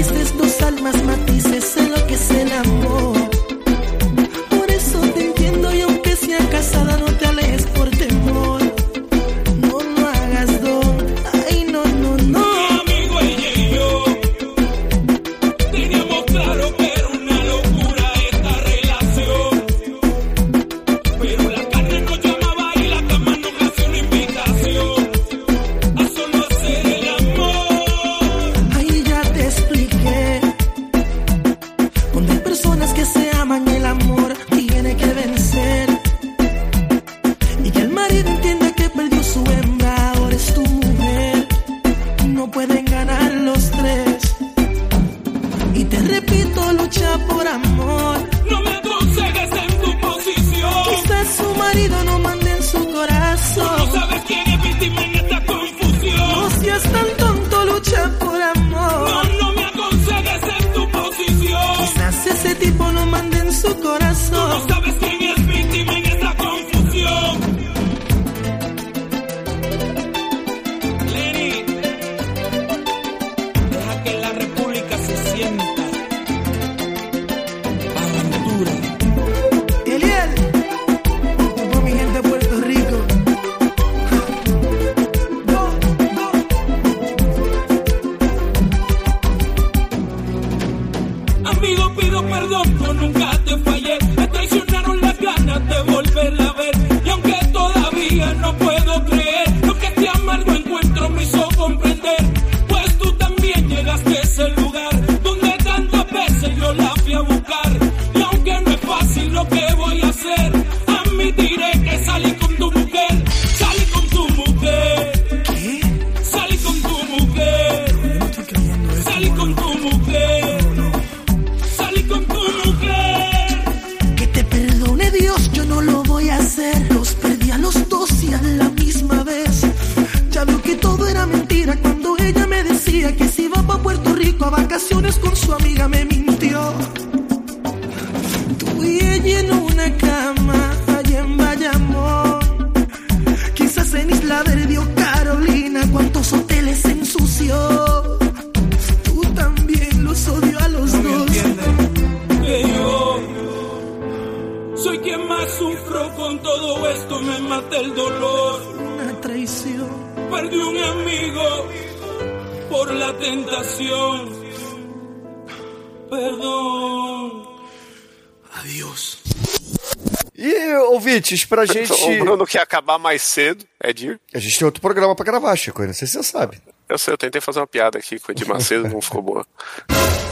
felices, dos almas matices, sé lo que es el amor. Por eso te entiendo y aunque sea casada no te alejes por temor. No lo hagas, don. Ay, no, no, no. Mi amigo ella y yo teníamos claro que era una locura esta relación. Pero la carne nos llamaba y la cama nos hacía una invitación a solo hacer el amor. Ahí ya te expliqué. Cuando hay personas que se aman, el amor tiene que vencer. Y que el marido entienda que perdió su hembra, ahora es tu mujer. No pueden ganar los tres. Y te repito, lucha por amor. No me aconsejes en tu posición. Quizás su marido no mande en su corazón. No sabes quién es víctima en esta confusión. No seas tan tonto, lucha por amor. No, no me aconsejes en tu posición. Quizás ese tipo no mande en su corazón. No sabes quién es víctima en esta confusión. Lenny, deja que la república se sienta aventura. Eliel, por mi gente de Puerto Rico. Go, go. Amigo, pido perdón, yo nunca te fallé. Me traicionaron las ganas de volverla a ver. Y aunque todavía no puedo creer lo que este amargo encuentro me hizo comprender, pues tú también llegaste a ese lugar donde tantas veces yo la fui a buscar. Y aunque no es fácil lo que voy a hacer, admitiré que salí con tu mujer. Salí con tu mujer. ¿Qué? Salí con tu mujer. No estoy creyendo eso. Salí con tu mujer. Salí con tu mujer. Que te perdone Dios, yo no lo voy a hacer. Los perdí a los dos y a la misma vez. Ya veo que todo era mentira cuando ella me decía que se iba pa' Puerto Rico a vacaciones con su amiga, me mintió. Tú y ella en una cama allá en Bayamón. Quizás en Isla Verde o Carolina, cuántos hoteles ensució. Tú también los odio a los dos. Que yo soy quien más sufro con todo esto, me mata el dolor. Una traición. Perdí un amigo por la tentación. Perdón. Adiós. E, ouvintes, pra gente... O Bruno quer acabar mais cedo, Edir. A gente tem outro programa pra gravar, Chico, não sei se você sabe. Eu sei, eu tentei fazer uma piada aqui com o Edir Macedo, não ficou boa.